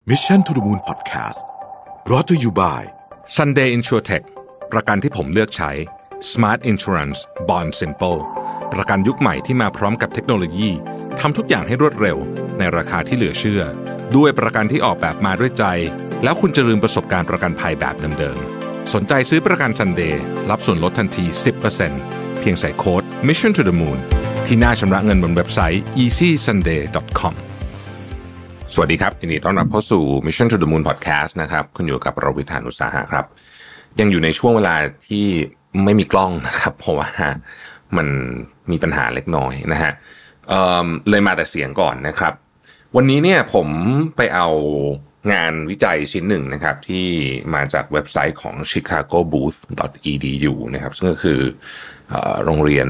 Mission to the Moon Podcast brought to you by Sunday Insurtech ประกันที่ผมเลือกใช้ Smart Insurance Bond Simple ประกันยุคใหม่ที่มาพร้อมกับเทคโนโลยีทำทุกอย่างให้รวดเร็วในราคาที่เหลือเชื่อด้วยประกันที่ออกแบบมาด้วยใจแล้วคุณจะลืมประสบการณ์ประกันภัยแบบเดิมๆสนใจซื้อประกัน Sunday รับส่วนลดทันที 10% เพียงใส่โค้ด Mission to the Moon ที่หน้าชำระเงินบนเว็บไซต์ easysunday.comสวัสดีครับยินดีต้อนรับเข้าสู่ Mission to the Moon Podcast นะครับคุณอยู่กับเราวิทย์ หาญอุตสาหะครับยังอยู่ในช่วงเวลาที่ไม่มีกล้องนะครับเพราะว่ามันมีปัญหาเล็กน้อยนะฮะเลยมาแต่เสียงก่อนนะครับวันนี้เนี่ยผมไปเอางานวิจัยชิ้นหนึ่งนะครับที่มาจากเว็บไซต์ของ chicagobooth.edu นะครับซึ่งก็คือโรงเรียน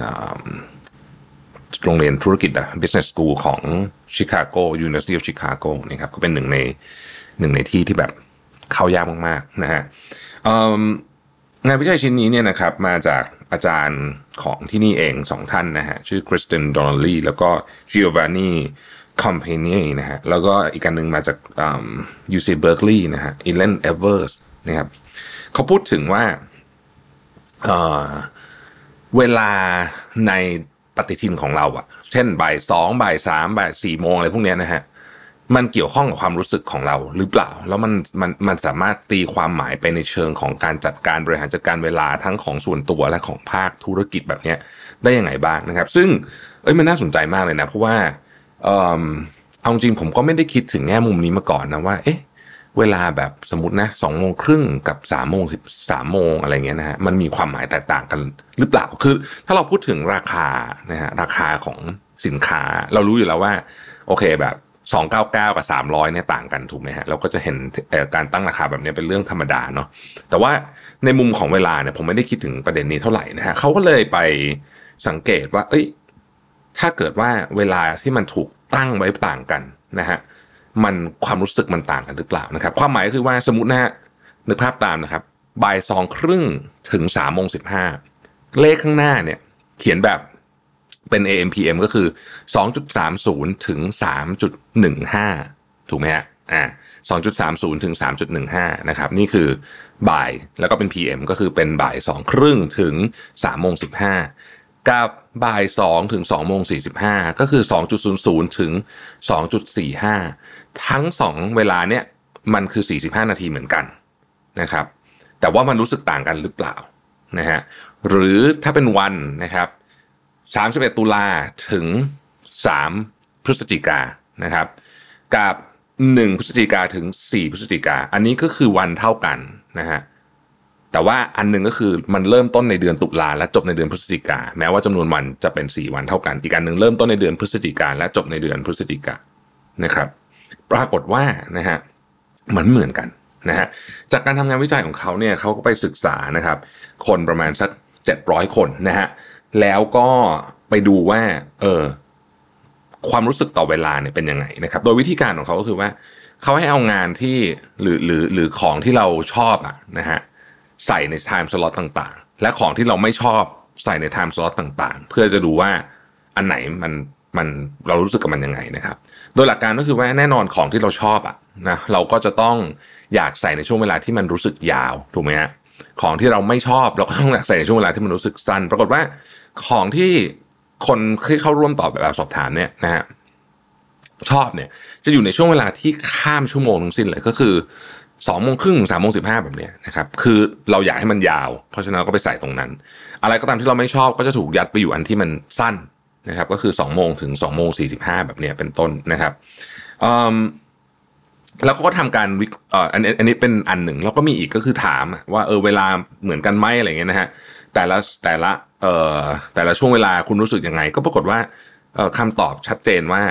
ธุรกิจBusiness School ของ Chicago University of Chicago นะครับก็เป็นหนึ่งในที่ที่แบบเข้ายากมากๆนะฮะงานวิจัยชิ้นนี้เนี่ยนะครับมาจากอาจารย์ของที่นี่เองสองท่านนะฮะชื่อคริสตินดอนนลลี่แล้วก็ Giovanni Campagna นะฮะแล้วก็อีกอันนึงมาจากUC Berkeley นะฮะ Ellen Evers นะครับเขาพูดถึงว่าเวลาในปฏิทินของเราอะเช่นบ่าย2บ่าย3บ่าย4โมงอะไรพวกนี้นะฮะมันเกี่ยวข้องกับความรู้สึกของเราหรือเปล่าแล้วมันสามารถตีความหมายไปในเชิงของการจัดการบริหารจัดการเวลาทั้งของส่วนตัวและของภาคธุรกิจแบบนี้ได้ยังไงบ้างนะครับซึ่งมันน่าสนใจมากเลยนะเพราะว่าเอาจริงผมก็ไม่ได้คิดถึงแง่มุมนี้มาก่อนนะว่าเวลาแบบสมมตินะ2:30 นกับ3:13 นอะไรเงี้ยนะฮะมันมีความหมายแตกต่างกันหรือเปล่าคือถ้าเราพูดถึงราคานะฮะราคาของสินค้าเรารู้อยู่แล้วว่าโอเคแบบ299กับ300เนี่ยต่างกันถูกไหมฮะเราก็จะเห็นการตั้งราคาแบบนี้เป็นเรื่องธรรมดาเนาะแต่ว่าในมุมของเวลาเนี่ยผมไม่ได้คิดถึงประเด็นนี้เท่าไหร่นะฮะเขาก็เลยไปสังเกตว่าถ้าเกิดว่าเวลาที่มันถูกตั้งไว้ต่างกันนะฮะมันความรู้สึกมันต่างกันหรือเปล่านะครับความหมายก็คือว่าสมมุตินะฮะนึกภาพตามนะครับบ่าย2:30ถึง3:15เลขข้างหน้าเนี่ยเขียนแบบเป็น AM PM ก็คือ 2.30 ถึง 3.15 ถูกไหมฮะ2.30 ถึง 3.15 นะครับนี่คือบ่ายแล้วก็เป็น PM ก็คือเป็นบ่าย2:30 ถึง 3:15 กับบ่าย2ถึง 2:45 ก็คือ 2.00 ถึง 2.45 ทั้ง2เวลาเนี่ยมันคือ45นาทีเหมือนกันนะครับแต่ว่ามันรู้สึกต่างกันหรือเปล่านะฮะหรือถ้าเป็นวันนะครับ31ตุลาถึง3พฤศจิกายนนะครับกับ1พฤศจิกายนถึง4พฤศจิกายนอันนี้ก็คือวันเท่ากันนะฮะแต่ว่าอันนึงก็คือมันเริ่มต้นในเดือนตุลาและจบในเดือนพฤศจิกายนแม้ว่าจำนวนวันจะเป็น4วันเท่ากันอีกอันนึงเริ่มต้นในเดือนพฤศจิกายนและจบในเดือนพฤศจิกายนนะครับปรากฏว่านะฮะเหมือนกันนะฮะจากการทำงานวิจัยของเขาเนี่ยเขาก็ไปศึกษานะครับคนประมาณสัก700คนนะฮะแล้วก็ไปดูว่าความรู้สึกต่อเวลาเนี่ยเป็นยังไงนะครับโดยวิธีการของเขาก็คือว่าเขาให้เอางานที่หรือของที่เราชอบนะฮะใส่ใน time slot ต่างๆและของที่เราไม่ชอบใส่ใน time slot ต่างๆเพื่อจะดูว่าอันไหนมันเรารู้สึกกับมันยังไงนะครับโดยหลักการก็คือว่าแน่นอนของที่เราชอบนะเราก็จะต้องอยากใส่ในช่วงเวลาที่มันรู้สึกยาวถูกไหมฮะของที่เราไม่ชอบเราก็ต้องอยากใส่ในช่วงเวลาที่มันรู้สึกสั้นปรากฏว่าของที่คนที่เข้าร่วมตอบแบบสอบถามเนี่ยนะฮะชอบเนี่ยจะอยู่ในช่วงเวลาที่ข้ามชั่วโมงทั้งสิ้นเลยก็คือ2:30 ถึง 3:15แบบเนี้ยนะครับคือเราอยากให้มันยาวเพราะฉะนั้นก็ไปใส่ตรงนั้นอะไรก็ตามที่เราไม่ชอบก็จะถูกยัดไปอยู่อันที่มันสั้นนะครับก็คือ2:00 ถึง 2:45แบบเนี้ยเป็นต้นนะครับแล้วเขาก็ทำการอันนี้เป็นอันหนึ่งแล้วก็มีอีกก็คือถามว่าเวลาเหมือนกันไหมอะไรเงี้ยนะฮะแต่ละช่วงเวลาคุณรู้สึกยังไงก็ปรากฏว่าคำตอบชัดเจนว่า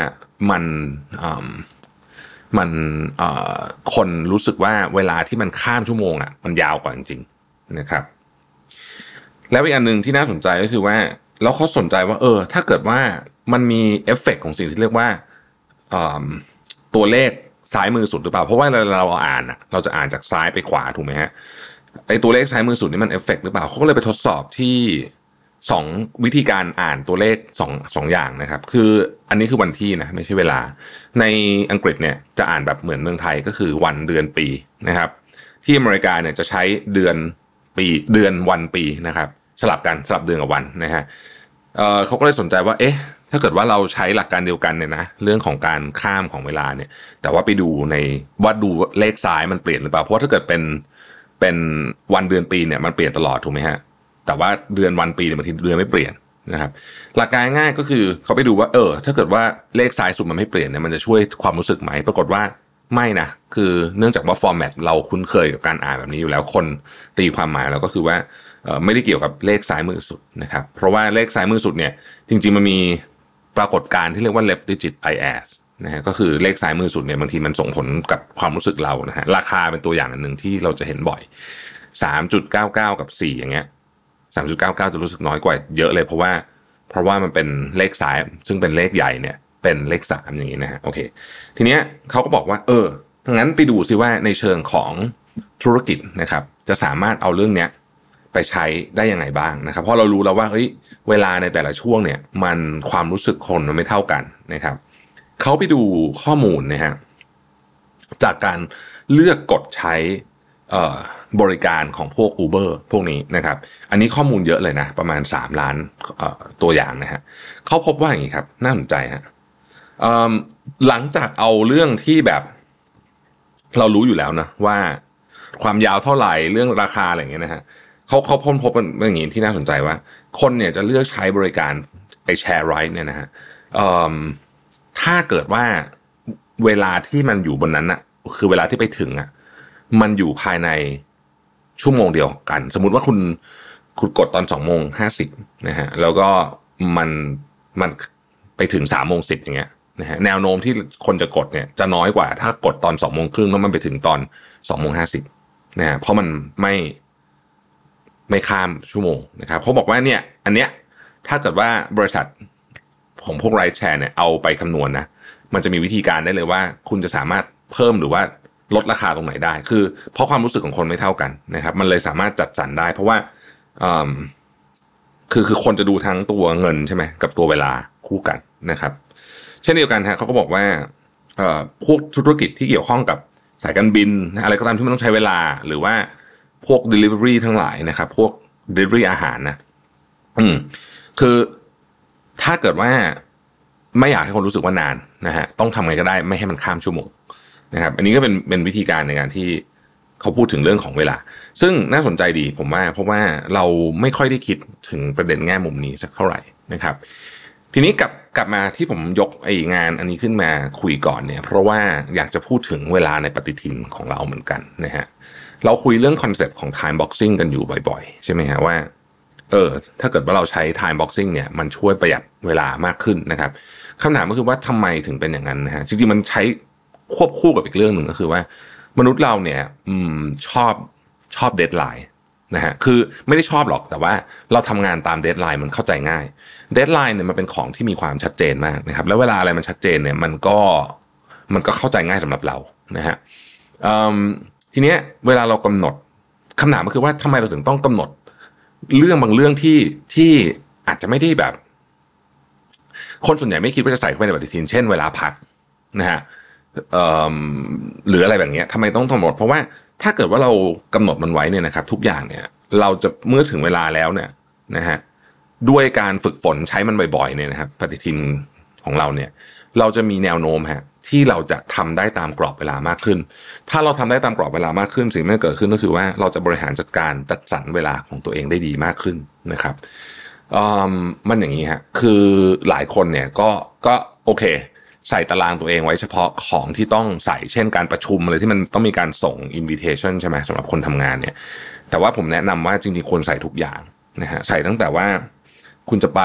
มันคนรู้สึกว่าเวลาที่มันข้ามชั่วโมงมันยาวกว่าจริงๆนะครับแล้วอีกอันนึงที่น่าสนใจก็คือว่าแล้วเขาสนใจว่าถ้าเกิดว่ามันมีเอฟเฟกต์ของสิ่งที่เรียกว่าตัวเลขซ้ายมือสุดหรือเปล่าเพราะว่าเราอ่านเราจะอ่านจากซ้ายไปขวาถูกไหมฮะไอ้ตัวเลขซ้ายมือสุดนี่มันเอฟเฟกต์หรือเปล่าเขาก็เลยไปทดสอบที่สองวิธีการอ่านตัวเลขสองอย่างนะครับคืออันนี้คือวันที่นะไม่ใช่เวลาในอังกฤษเนี่ยจะอ่านแบบเหมือนเมืองไทยก็คือวันเดือนปีนะครับที่อเมริกาเนี่ยจะใช้เดือนปีเดือนวันปีนะครับสลับเดือนกับวันนะฮะเขาก็เลยสนใจว่าเอ๊ะถ้าเกิดว่าเราใช้หลักการเดียวกันเนี่ยนะเรื่องของการข้ามของเวลาเนี่ยแต่ว่าไปดูว่าดูเลขซ้ายมันเปลี่ยนหรือเปล่าเพราะถ้าเกิดเป็นวันเดือนปีเนี่ยมันเปลี่ยนตลอดถูกไหมฮะแต่ว่าเดือนวันปีเนี่ยบางทีเดือนไม่เปลี่ยนนะครับหลักการง่ายก็คือเขาไปดูว่าถ้าเกิดว่าเลขซ้ายสุดมันไม่เปลี่ยนเนี่ยมันจะช่วยความรู้สึกไหมปรากฏว่าไม่นะคือเนื่องจากว่าฟอร์แมตเราคุ้นเคยกับการอ่านแบบนี้อยู่แล้วคนตีความหมายแล้วก็คือว่าไม่ได้เกี่ยวกับเลขซ้ายมือสุดนะครับเพราะว่าเลขซ้ายมือสุดเนี่ยจริงๆมันมีปรากฏการณ์ที่เรียกว่า left digit bias นะฮะก็คือเลขซ้ายมือสุดเนี่ยบางทีมันส่งผลกับความรู้สึกเรานะฮะราคาเป็นตัวอย่างอันหนึ่งที่เราจะเห็นบ่อย 3.99 กับ4อย่างเงี้ย3.99 จะรู้สึกน้อยกว่าเยอะเลยเพราะว่ามันเป็นเลขซ้ายซึ่งเป็นเลขใหญ่เนี่ยเป็นเลข3อย่างนี้นะฮะโอเคทีเนี้ยเขาก็บอกว่างั้นไปดูซิว่าในเชิงของธุรกิจนะครับจะสามารถเอาเรื่องเนี้ยไปใช้ได้ยังไงบ้างนะครับเพราะเรารู้แล้วว่าเวลาในแต่ละช่วงเนี่ยมันความรู้สึกคนมันไม่เท่ากันนะครับเขาไปดูข้อมูลนะฮะจากการเลือกกดใช้บริการของพวก Uber พวกนี้นะครับอันนี้ข้อมูลเยอะเลยนะประมาณ3ล้านตัวอย่างนะฮะเขาพบว่าอย่างนี้ครับน่าสนใจฮะหลังจากเอาเรื่องที่แบบเรารู้อยู่แล้วนะว่าความยาวเท่าไหร่เรื่องราคาอะไรอย่างเงี้ยนะฮะเขาพบเป็นอย่างนี้ที่น่าสนใจว่าคนเนี่ยจะเลือกใช้บริการไอ้แชร์ไรด์เนี่ยนะฮะถ้าเกิดว่าเวลาที่มันอยู่บนนั้นอะคือเวลาที่ไปถึงอะมันอยู่ภายในชั่วโมงเดียวกันสมมุติว่าคุณกดตอน2:50นะฮะแล้วก็มันไปถึง3:10อย่างเงี้ยนะฮะแนวโน้มที่คนจะกดเนี่ยจะน้อยกว่าถ้ากดตอน2:30แล้วมันไปถึงตอน2:50นะฮะเพราะมันไม่ข้ามชั่วโมงนะครับเขาบอกว่าเนี่ยอันเนี้ยถ้าเกิดว่าบริษัทของพวกไรด์แชร์เนี่ยเอาไปคำนวณนะมันจะมีวิธีการได้เลยว่าคุณจะสามารถเพิ่มหรือว่าลดราคาตรงไหนได้คือเพราะความรู้สึกของคนไม่เท่ากันนะครับมันเลยสามารถจัดสรรได้เพราะว่าคือคนจะดูทั้งตัวเงินใช่ไหมกับตัวเวลาคู่กันนะครับเช่นเดียวกันฮะเขาก็บอกว่าพวกธุรกิจที่เกี่ยวข้องกับสายการบินอะไรก็ตามที่มันต้องใช้เวลาหรือว่าพวก delivery ทั้งหลายนะครับพวก delivery อาหารนะคือถ้าเกิดว่าไม่อยากให้คนรู้สึกว่านานนะฮะต้องทำไงก็ได้ไม่ให้มันข้ามชั่วโมงนะครับอันนี้ก็เป็นวิธีการในการที่เขาพูดถึงเรื่องของเวลาซึ่งน่าสนใจดีผมว่าเพราะว่าเราไม่ค่อยได้คิดถึงประเด็นแง่มุมนี้สักเท่าไหร่นะครับทีนี้กลับมาที่ผมยกงานอันนี้ขึ้นมาคุยก่อนเนี่ยเพราะว่าอยากจะพูดถึงเวลาในปฏิทินของเราเหมือนกันนะฮะเราคุยเรื่องคอนเซปต์ของ time boxing กันอยู่บ่อยๆใช่ไหมฮะว่าถ้าเกิดว่าเราใช้ time boxing เนี่ยมันช่วยประหยัดเวลามากขึ้นนะครับคำถามก็คือว่าทำไมถึงเป็นอย่างนั้นนะฮะจริงๆมันใช้ควบคู่กับอีกเรื่องหนึ่งก็คือว่ามนุษย์เราเนี่ยชอบเดดไลน์นะฮะคือไม่ได้ชอบหรอกแต่ว่าเราทำงานตามเดดไลน์มันเข้าใจง่ายเดดไลน์เนี่ยมันเป็นของที่มีความชัดเจนมากนะครับแล้วเวลาอะไรมันชัดเจนเนี่ยมันก็เข้าใจง่ายสำหรับเรานะฮะทีเนี้ยเวลาเรากำหนดคำถามก็คือว่าทำไมเราถึงต้องกำหนดเรื่องบางเรื่องที่อาจจะไม่ได้แบบคนส่วนใหญ่ไม่คิดว่าจะใส่เข้าไปในปฏิทินเช่นเวลาพักนะฮะหรืออะไรแบบนี้ทำไมต้องกำหนดเพราะว่าถ้าเกิดว่าเรากำหนดมันไว้เนี่ยนะครับทุกอย่างเนี่ยเราจะเมื่อถึงเวลาแล้วเนี่ยนะฮะด้วยการฝึกฝนใช้มันบ่อยๆเนี่ยนะครับปฏิทินของเราเนี่ยเราจะมีแนวโน้มฮะที่เราจะทำได้ตามกรอบเวลามากขึ้นถ้าเราทำได้ตามกรอบเวลามากขึ้นสิ่งที่เกิดขึ้นก็คือว่าเราจะบริหารจัดสรรเวลาของตัวเองได้ดีมากขึ้นนะครับมันอย่างนี้ฮะคือหลายคนเนี่ยก็โอเคใส่ตารางตัวเองไว้เฉพาะของที่ต้องใส่เช่นการประชุมอะไรที่มันต้องมีการส่ง invitation ใช่ไหมสำหรับคนทำงานเนี่ยแต่ว่าผมแนะนำว่าจริงๆควรใส่ทุกอย่างนะฮะใส่ตั้งแต่ว่าคุณจะไป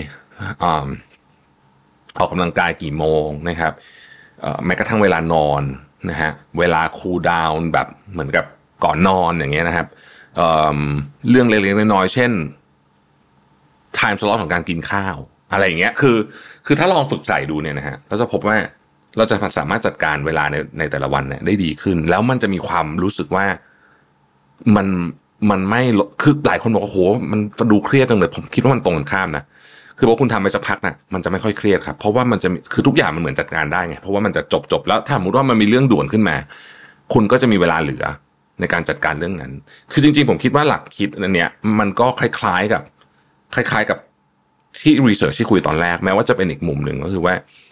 ออกกำลังกายกี่โมงนะครับแม้กระทั่งเวลานอนนะฮะเวลาคูลดาวน์แบบเหมือนกับก่อนนอนอย่างเงี้ยนะครับเรื่องเล็กๆน้อยๆเช่น time slot ของการกินข้าวอะไรอย่างเงี้ยคือถ้าลองฝึกใส่ดูเนี่ยนะฮะเราจะพบว่าเราจะสามารถจัดการเวลาในแต่ละวันเนี่ยได้ดีขึ้นแล้วมันจะมีความรู้สึกว่ามันไม่คือหลายคนบอกโอ้โหมันดูเครียดจังเลยผมคิดว่ามันตรงกันข้ามนะคือพอคุณทำไปสักพักนะมันจะไม่ค่อยเครียดครับเพราะว่ามันจะคือทุกอย่างมันเหมือนจัดการได้ไงเพราะว่ามันจะจบแล้วถ้าสมมติว่ามันมีเรื่องด่วนขึ้นมาคุณก็จะมีเวลาเหลือในการจัดการเรื่องนั้นคือจริงๆผมคิดว่าหลักคิดอันเนี้ยมันก็คล้ายๆกับที่รีเสิร์ชที่คุยตอนแรกแม้ว่าจะเป็นอีกมุมหนึ่งก็คือว่า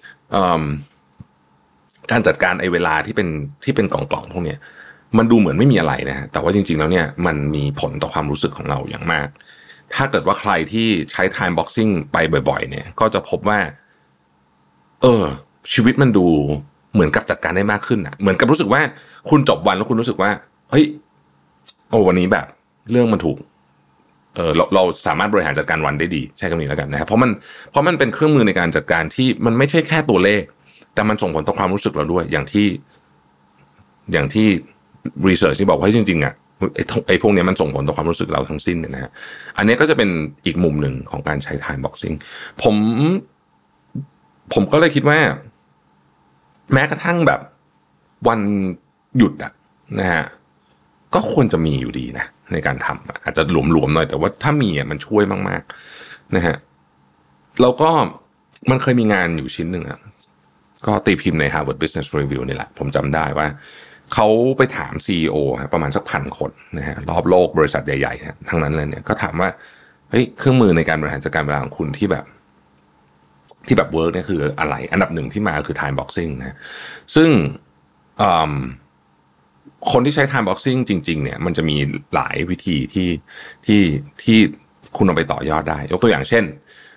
การจัดการไอ้เวลาที่เป็นกล่องพวกเนี้ยมันดูเหมือนไม่มีอะไรนะฮะแต่ว่าจริงๆแล้วเนี่ยมันมีผลต่อความรู้สึกของเราอย่างมากถ้าเกิดว่าใครที่ใช้ time boxing ไปบ่อยๆเนี่ยก็จะพบว่าชีวิตมันดูเหมือนกับจัดการได้มากขึ้นอ่ะเหมือนกับรู้สึกว่าคุณจบวันแล้วคุณรู้สึกว่าเฮ้ยวันนี้แบบเรื่องมันถูกเราสามารถบริหารจัดการวันได้ดีใช้คำนี้แล้วกันนะครับเพราะมันเป็นเครื่องมือในการจัดการที่มันไม่ใช่แค่ตัวเลขแต่มันส่งผลต่อความรู้สึกเราด้วยอย่างที่รีเสิร์ชที่บอกว่าจริงๆอ่ะไอ้พวกนี้มันส่งผลต่อความรู้สึกเราทั้งสิ้นเนี่ยนะฮะอันนี้ก็จะเป็นอีกมุมหนึ่งของการใช้ time boxing ผมก็เลยคิดว่าแม้กระทั่งแบบวันหยุดอะนะฮะก็ควรจะมีอยู่ดีนะในการทำอาจจะหลวมๆหน่อยแต่ว่าถ้ามีอ่ะมันช่วยมากๆนะฮะแล้วก็มันเคยมีงานอยู่ชิ้นหนึ่งอ่ะก็ตีพิมพ์ใน Harvard Business Review นี่แหละผมจำได้ว่าเขาไปถาม CEO ประมาณสัก1,000 คนนะฮะรอบโลกบริษัทใหญ่ๆทั้งนั้นเลยเนี่ยก็ถามว่าเฮ้ยเครื่องมือในการบริหารจัดการเวลาของคุณที่แบบเวิร์กเนี่ยคืออะไรอันดับหนึ่งที่มาคือ time boxing นะซึ่งคนที่ใช้ time boxing จริงๆเนี่ยมันจะมีหลายวิธีที่คุณเอาไปต่อยอดได้ยกตัวอย่างเช่น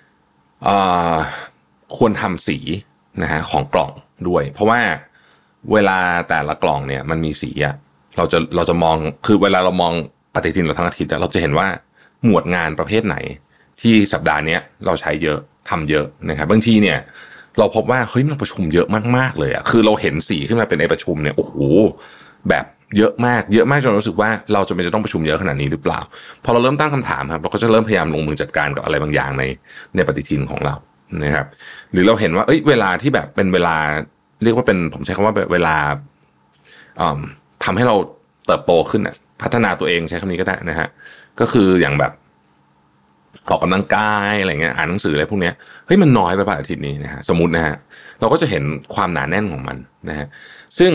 ควรทำสีนะฮะของกล่องด้วยเพราะว่าเวลาแต่ละกล่องเนี่ยมันมีสีอะเราจะมองคือเวลาเรามองปฏิทินเราทั้งอาทิตย์เราจะเห็นว่าหมวดงานประเภทไหนที่สัปดาห์นี้เราใช้เยอะทำเยอะนะครับบางทีเนี่ยเราพบว่าเฮ้ยมันประชุมเยอะมากๆเลยอ่ะคือเราเห็นสีขึ้นมาเป็นไอ้ประชุมเนี่ยโอ้โหแบบเยอะมากจนรู้สึกว่าเราจะต้องประชุมเยอะขนาดนี้หรือเปล่าพอเราเริ่มตั้งคำถามครับเราก็จะเริ่มพยายามลงมือจัดการกับอะไรบางอย่างในปฏิทินของเรานะครับหรือเราเห็นว่าเวลาที่แบบเป็นเวลาเรียกว่าเป็นผมใช้คำว่าเวลาทำให้เราเติบโตขึ้นอ่ะพัฒนาตัวเองใช้คำนี้ก็ได้นะฮะก็คืออย่างแบบออกกำลังกายอะไรเงี้ยอ่านหนังสืออะไรพวกเนี้ยเฮ้ยมันน้อยไปป่ะอาทิตย์นี้นะฮะสมมุตินะฮะเราก็จะเห็นความหนาแน่นของมันนะฮะซึ่ง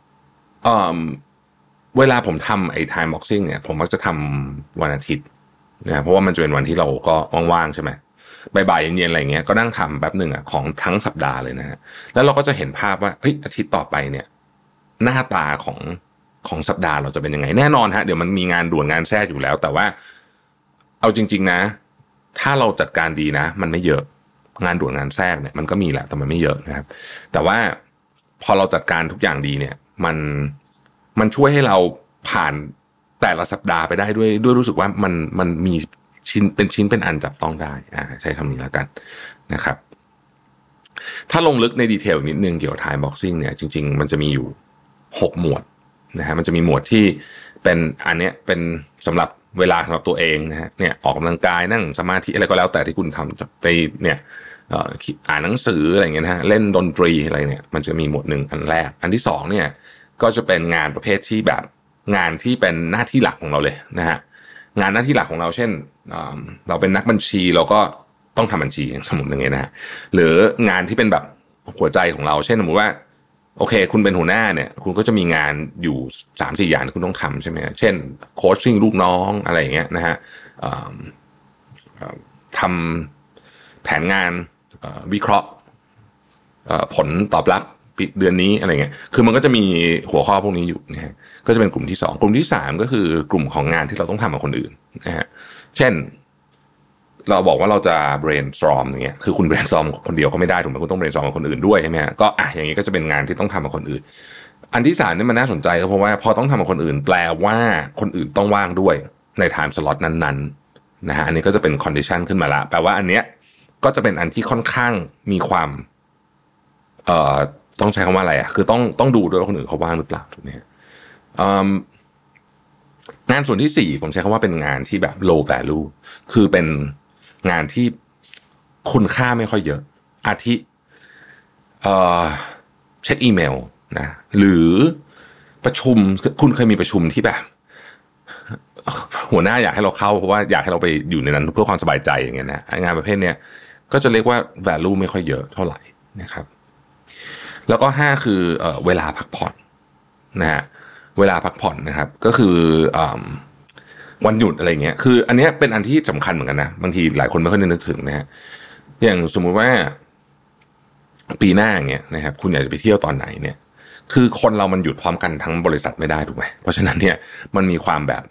เวลาผมทำไอ้ time boxing เนี่ยผมมักจะทำวันอาทิตย์นะเพราะว่ามันจะเป็นวันที่เราก็ว่างๆใช่ไหมบ่ายๆเย็นๆอะไรเงี้ยก็นั่งทำแป๊บหนึ่งอ่ะของทั้งสัปดาห์เลยนะฮะแล้วเราก็จะเห็นภาพว่าเฮ้ยอาทิตย์ต่อไปเนี่ยหน้าตาของสัปดาห์เราจะเป็นยังไงแน่นอนฮะเดี๋ยวมันมีงานด่วนงานแทรกอยู่แล้วแต่ว่าเอาจริงๆนะถ้าเราจัดการดีนะมันไม่เยอะงานด่วนงานแทรกเนี่ยมันก็มีแหละแต่มันไม่เยอะนะครับแต่ว่าพอเราจัดการทุกอย่างดีเนี่ยมันช่วยให้เราผ่านแต่ละสัปดาห์ไปได้ด้วยรู้สึกว่ามันมีชิ้นเป็นอันจับต้องได้ใช้คำนี้แล้วกันนะครับถ้าลงลึกในดีเทลนิดนึงเกี่ยวกับ time boxing เนี่ยจริงๆมันจะมีอยู่6หมวดนะฮะมันจะมีหมวดที่เป็นอันเนี้ยเป็นสำหรับเวลาสำหรับตัวเองนะฮะเนี่ยออกกำลังกายนั่งสมาธิอะไรก็แล้วแต่ที่คุณทำจะไปเนี่ยอ่านหนังสืออะไรเงี้ยนะฮะเล่นดนตรีอะไรเนี่ยมันจะมีหมวดหนึ่งอันแรกอันที่2เนี่ยก็จะเป็นงานประเภทที่แบบงานที่เป็นหน้าที่หลักของเราเลยนะฮะงานหน้าที่หลักของเราเช่นเราเป็นนักบัญชีเราก็ต้องทำบัญชีสมมุติอย่างเงี้ยนะฮะหรืองานที่เป็นแบบหัวใจของเราเช่นสมมติว่าโอเคคุณเป็นหัวหน้าเนี่ยคุณก็จะมีงานอยู่ 3-4 อย่างที่คุณต้องทำใช่ไหมเช่นโค้ชชิ่งลูกน้องอะไรอย่างเงี้ยนะฮะทำแผนงานวิเคราะห์ผลตอบรับเดือนนี้อะไรเงี้ยคือมันก็จะมีหัวข้อพวกนี้อยู่นะฮะก็จะเป็นกลุ่มที่2กลุ่มที่3ก็คือกลุ่มของงานที่เราต้องทำกับคนอื่นนะฮะเช่นเราบอกว่าเราจะ brainstorm อย่างเงี้ยคือคุณ brainstorm คนเดียวก็ไม่ได้ถูกไหมคุณต้อง brainstorm กับคนอื่นด้วยใช่ไหมฮะก็อย่างงี้ก็จะเป็นงานที่ต้องทำกับคนอื่นอันที่3นี่มันน่าสนใจก็เพราะว่าพอต้องทำกับคนอื่นแปลว่าคนอื่นต้องว่างด้วยใน time slot นั้นๆนะฮะอันนี้ก็จะเป็น condition ขึ้นมาละแปลว่าอันเนี้ยก็จะเป็นอันที่ค่อนข้างมีความต้องใช้คำว่าอะไรคือต้องดูด้วยว่าคนอื่นเขาว่างหรือเปล่าถูกไหมงานส่วนที่4ผมใช้คำว่าเป็นงานที่แบบ low value คือเป็นงานที่คุณค่าไม่ค่อยเยอะอาทิเช็คอีเมลนะหรือประชุมคุณเคยมีประชุมที่แบบโหหัวหน้าอยากให้เราเข้าเพราะว่าอยากให้เราไปอยู่ในนั้นเพื่อความสบายใจอย่างเงี้ยนะงานประเภทเนี้ยก็จะเรียกว่า value ไม่ค่อยเยอะเท่าไหร่นะครับแล้วก็5คือเวลาพักผ่อนนะฮะเวลาพักผ่อนนะครับก็คือวันหยุดอะไรเงี้ยคืออันเนี้ยเป็นอันที่สำคัญเหมือนกันนะบางทีหลายคนไม่ค่อยนึกถึงนะฮะอย่างสมมุติว่าปีหน้าเงี้ยนะครับคุณอยากจะไปเที่ยวตอนไหนเนี่ยคือคนเรามันหยุดพร้อมกันทั้งบริษัทไม่ได้ถูกไหมเพราะฉะนั้นเนี่ยมันมีความแบบ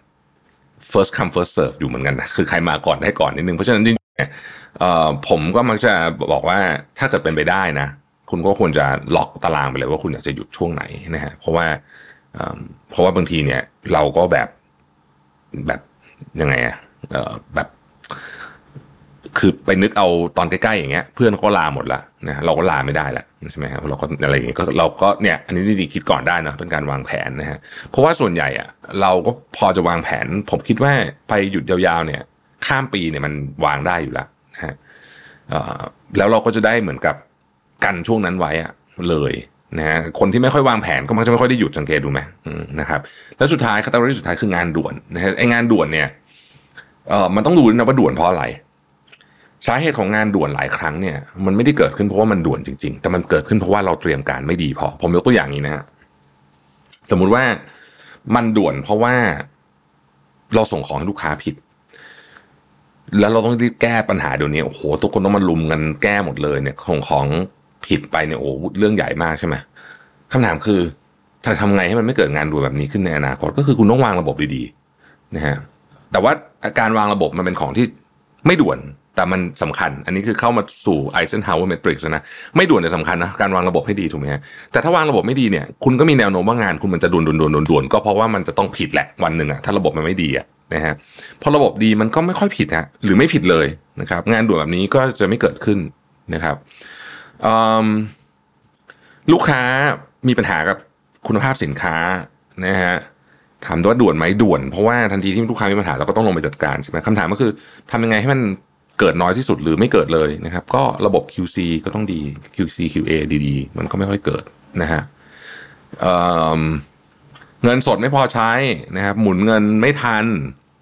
first come first serve อยู่เหมือนกันนะคือใครมาก่อนได้ก่อนนิดนึงเพราะฉะนั้นจริงๆผมก็มักจะบอกว่าถ้าเกิดเป็นไปได้นะคุณก็ควรจะล็อกตารางไปเลยว่าคุณอยากจะหยุดช่วงไหนนะฮะเพราะว่าบางทีเนี่ยเราก็แบบยังไงอะแบบคือไปนึกเอาตอนใกล้ๆอย่างเงี้ยเพื่อนเขาลาหมดละนะเราก็ลาไม่ได้ละใช่ไหมครับเราก็อะไรอย่างเงี้ยก็เราก็เนี่ยอันนี้ดีๆคิดก่อนได้นะเป็นการวางแผนนะฮะเพราะว่าส่วนใหญ่อะเราก็พอจะวางแผนผมคิดว่าไปหยุดยาวๆเนี่ยข้ามปีเนี่ยมันวางได้อยู่แล้วนะฮะแล้วเราก็จะได้เหมือนกับกันช่วงนั้นไว้อะเลยนะฮะคนที่ไม่ค่อยวางแผนก็มักจะไม่ค่อยได้หยุดสังเกตดูไหมนะครับแล้วสุดท้ายคัตเตอรี่สุดท้ายคืองานด่วนนะฮะไองานด่วนเนี่ยมันต้องดูนะว่าด่วนเพราะอะไรสาเหตุของงานด่วนหลายครั้งเนี่ยมันไม่ได้เกิดขึ้นเพราะว่ามันด่วนจริงๆแต่มันเกิดขึ้นเพราะว่าเราเตรียมการไม่ดีพอผมยกตัวอย่างนี้นะฮะสมมุติว่ามันด่วนเพราะว่าเราส่งของให้ลูกค้าผิดแล้วเราต้องรีบแก้ปัญหาเดี๋ยวนี้โอ้โหทุกคนต้องมาลุมกันแก้หมดเลยเนี่ยส่งของผิดไปเนี่ยโอ้เรื่องใหญ่มากใช่ไหมคำถามคือจะทำไงให้มันไม่เกิดงานด่วนแบบนี้ขึ้นในอนาคตก็คือคุณต้องวางระบบดีๆนะฮะแต่ว่าการวางระบบมันเป็นของที่ไม่ด่วนแต่มันสำคัญอันนี้คือเข้ามาสู่ Eisenhower Matrix นะไม่ด่วนแต่สำคัญนะการวางระบบให้ดีถูกไหมฮะแต่ถ้าวางระบบไม่ดีเนี่ยคุณก็มีแนวโน้มว่างานคุณมันจะด่วนก็เพราะว่ามันจะต้องผิดแหละวันหนึ่งอะถ้าระบบมันไม่ดีอะนะฮะพอระบบดีมันก็ไม่ค่อยผิดฮะหรือไม่ผิดเลยนะครับงานด่วนแบบนี้ก็จะไม่เกิดขึ้นนะครับลูกค้ามีปัญหากับคุณภาพสินค้านะฮะถามว่าด่วนไหมด่วนเพราะว่าทันทีที่ลูกค้ามีปัญหาเราก็ต้องลงไปจัดการใช่ไหมคำถามก็คือทำยังไงให้มันเกิดน้อยที่สุดหรือไม่เกิดเลยนะครับก็ระบบ QC ก็ต้องดี QC QA ดีๆมันก็ไม่ค่อยเกิดนะฮะเงินสดไม่พอใช้นะครับหมุนเงินไม่ทัน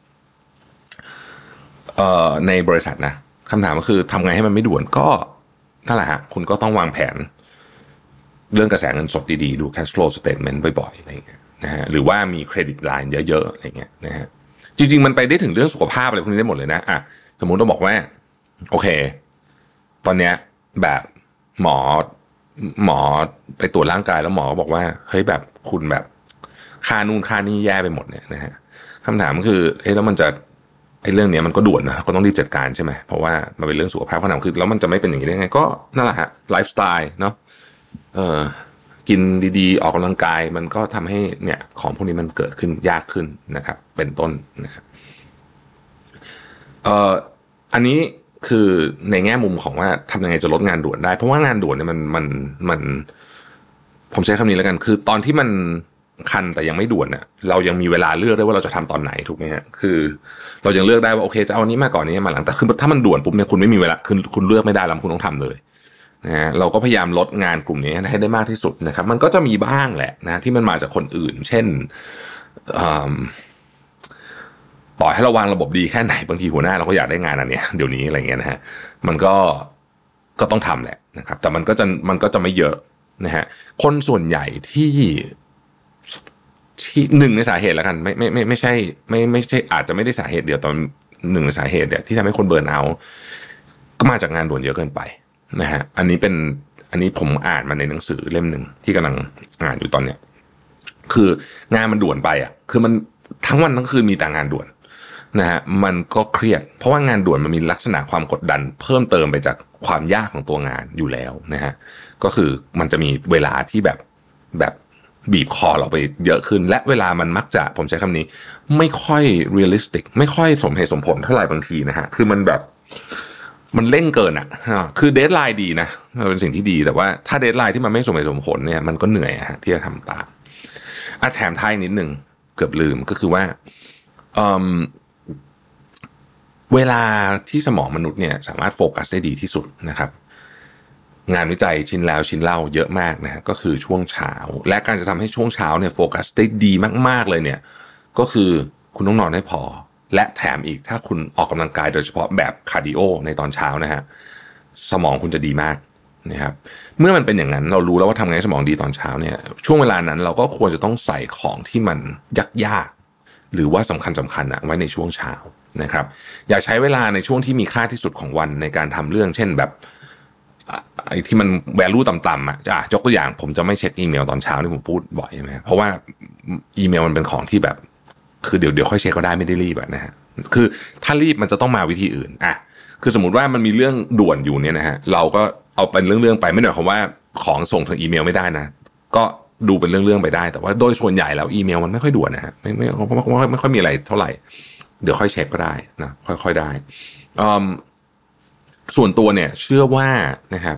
ในบริษัทนะคำถามก็คือทำไงให้มันไม่ด่วนก็นั่นแหละฮะคุณก็ต้องวางแผนเรื่องกระแสเงินสดดีๆดู cash flow statement บ่อยๆอะไรอย่างเงี้ยนะฮะหรือว่ามีเครดิตไลน์เยอะๆอะไรเงี้ยนะฮะจริงๆมันไปได้ถึงเรื่องสุขภาพอะไรพวกนี้ได้หมดเลยนะอ่ะสมมุติเราบอกว่าโอเคตอนเนี้ยแบบหมอไปตรวจร่างกายแล้วหมอบอกว่าเฮ้ยแบบคุณแบบค่านู่นค่านี่แย่ไปหมดเนี่ยนะฮะคำถามก็คือเฮ้ยแล้วมันจะไอ้เรื่องเนี้ยมันก็ด่วนนะก็ต้องรีบจัดการใช่ไหมเพราะว่ามันเป็นเรื่องสุขภาพคำถามคือแล้วมันจะไม่เป็นอย่างนี้ได้ไงก็นั่นแหละฮะไลฟ์สไตล์เนาะกินดีๆออกกำลังกายมันก็ทำให้เนี่ยของพวกนี้มันเกิดขึ้นยากขึ้นนะครับเป็นต้นนะครับอันนี้คือในแง่มุมของว่าทำยังไงจะลดงานด่วนได้เพราะว่างานด่วนเนี่ยมันผมใช้คำนี้แล้วกันคือตอนที่มันคันแต่ยังไม่ด่วนเนี่ยเรายังมีเวลาเลือกได้ว่าเราจะทำตอนไหนถูกไหมฮะคือเรายังเลือกได้ว่าโอเคจะเอานี้มาก่อนนี้มาหลังแต่คือถ้ามันด่วนปุ๊บเนี่ยคุณไม่มีเวลาคุณเลือกไม่ได้แล้วคุณต้องทำเลยนะฮะเราก็พยายามลดงานกลุ่มนี้ให้ได้มากที่สุดนะครับมันก็จะมีบ้างแหละนะที่มันมาจากคนอื่นเช่นต่อให้เราวางระบบดีแค่ไหนบางทีหัวหน้าเราก็อยากได้งานอันเนี้ยเดี๋ยวนี้อะไรเงี้ยนะฮะมันก็ต้องทำแหละนะครับแต่มันก็จะไม่เยอะนะฮะคนส่วนใหญ่ที่หนึ่งในสาเหตุแล้วกันไม่ใช่อาจจะไม่ได้สาเหตุเดียวตอนหนึ่งในสาเหตุเนี่ยที่ทำให้คนเบิร์นเอาท์ก็มาจากงานด่วนเยอะเกินไปนะฮะอันนี้ผมอ่านมาในหนังสือเล่มหนึ่งที่กำลังอ่านอยู่ตอนเนี้ยคืองานมันด่วนไปอ่ะคือมันทั้งวันทั้งคืนมีแต่งานด่วนนะฮะมันก็เครียดเพราะว่างานด่วนมันมีลักษณะความกดดันเพิ่มเติมไปจากความยากของตัวงานอยู่แล้วนะฮะก็คือมันจะมีเวลาที่แบบบีบคอเราไปเยอะขึ้นและเวลามันมักจะผมใช้คำนี้ไม่ค่อยเรียลลิสติกไม่ค่อยสมเหตุสมผลเท่าไหร่บางทีนะฮะคือมันแบบมันเร่งเกินอ่ะคือเดดไลน์ดีนะมันเป็นสิ่งที่ดีแต่ว่าถ้าเดดไลน์ที่มันไม่สมเหตุสมผลเนี่ยมันก็เหนื่อยฮะที่จะทำตามแถมท้ายนิดนึงเกือบลืมก็คือว่าเวลาที่สมองมนุษย์เนี่ยสามารถโฟกัสได้ดีที่สุดนะครับงานวิจัยชิ้นแล้วชิ้นเล่าเยอะมากนะฮะก็คือช่วงเช้าและการจะทำให้ช่วงเช้าเนี่ยโฟกัสได้ดีมากๆเลยเนี่ยก็คือคุณต้องนอนให้พอและแถมอีกถ้าคุณออกกำลังกายโดยเฉพาะแบบคาร์ดิโอในตอนเช้านะฮะสมองคุณจะดีมากนะครับเมื่อมันเป็นอย่างนั้นเรารู้แล้วว่าทำไงให้สมองดีตอนเช้าเนี่ยช่วงเวลานั้นเราก็ควรจะต้องใส่ของที่มันยากๆหรือว่าสำคัญไว้ในช่วงเช้านะครับอย่าใช้เวลาในช่วงที่มีค่าที่สุดของวันในการทำเรื่องเช่นแบบไอ้ที่มัน value ต่ำๆยกตัวอย่างผมจะไม่เช็คอีเมลตอนเช้าที่ผมพูดบ่อยใช่ไหมเพราะว่าอีเมลมันเป็นของที่แบบคือเดี๋ยวค่อยเช็คก็ได้ไม่ได้รีบนะฮะคือถ้ารีบมันจะต้องมาวิธีอื่นคือสมมุติว่ามันมีเรื่องด่วนอยู่เนี่ยนะฮะเราก็เอาเป็นเรื่องๆไปไม่ได้หมายความว่าของส่งทางอีเมลไม่ได้นะก็ดูเป็นเรื่องๆไปได้แต่ว่าโดยส่วนใหญ่แล้วอีเมลมันไม่ค่อยด่วนนะฮะไม่ค่อยมีอะไรเท่าไหร่เดี๋ยวค่อยเช็คก็ได้นะค่อยๆได้ส่วนตัวเนี่ยเชื่อว่านะครับ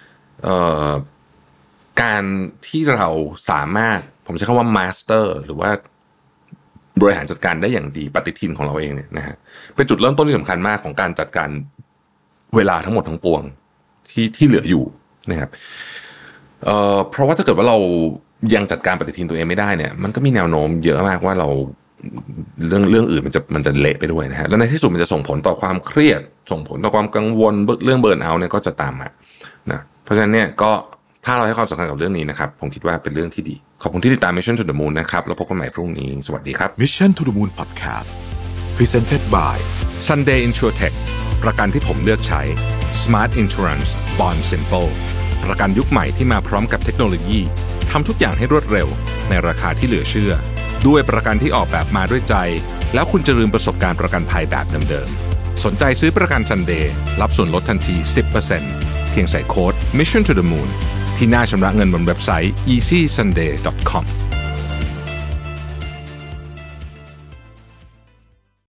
การที่เราสามารถผมใช้คำว่ามาสเตอร์หรือว่าบริหารจัดการได้อย่างดีปฏิทินของเราเองเนี่ยนะฮะเป็นจุดเริ่มต้นที่สำคัญมากของการจัดการเวลาทั้งหมดทั้งปวงที่เหลืออยู่นะครับเพราะว่าถ้าเกิดว่าเรายังจัดการปฏิทินตัวเองไม่ได้เนี่ยมันก็มีแนวโน้มเยอะมากว่าเราเรื่องอื่นมันจะเละไปด้วยนะฮะแล้วในที่สุดมันจะส่งผลต่อความเครียดส่งผลต่อความกังวลเรื่องเบิร์นเอาท์เนี่ยก็จะตามมานะเพราะฉะนั้นเนี่ยก็ถ้าเราให้ความสำคัญกับเรื่องนี้นะครับผมคิดว่าเป็นเรื่องที่ดีขอบคุณที่ติดตาม Mission to the Moon นะครับแล้วพบกันใหม่พรุ่งนี้สวัสดีครับ Mission to the Moon Podcast Presented by Sunday Insurtech ประกันที่ผมเลือกใช้ Smart Insurance Bond Simple ประกันยุคใหม่ที่มาพร้อมกับเทคโนโลยีทำทุกอย่างให้รวดเร็วในราคาที่เหลือเชื่อด้วยประกันที่ออกแบบมาด้วยใจแล้วคุณจะลืมประสบการณ์ประกันภัยแบบเดิมๆสนใจซื้อประกัน Sunday รับส่วนลดทันที 10% เพียงใส่โค้ด Mission to the Moon ที่หน้าชำระเงินบนเว็บไซต์ easysunday.com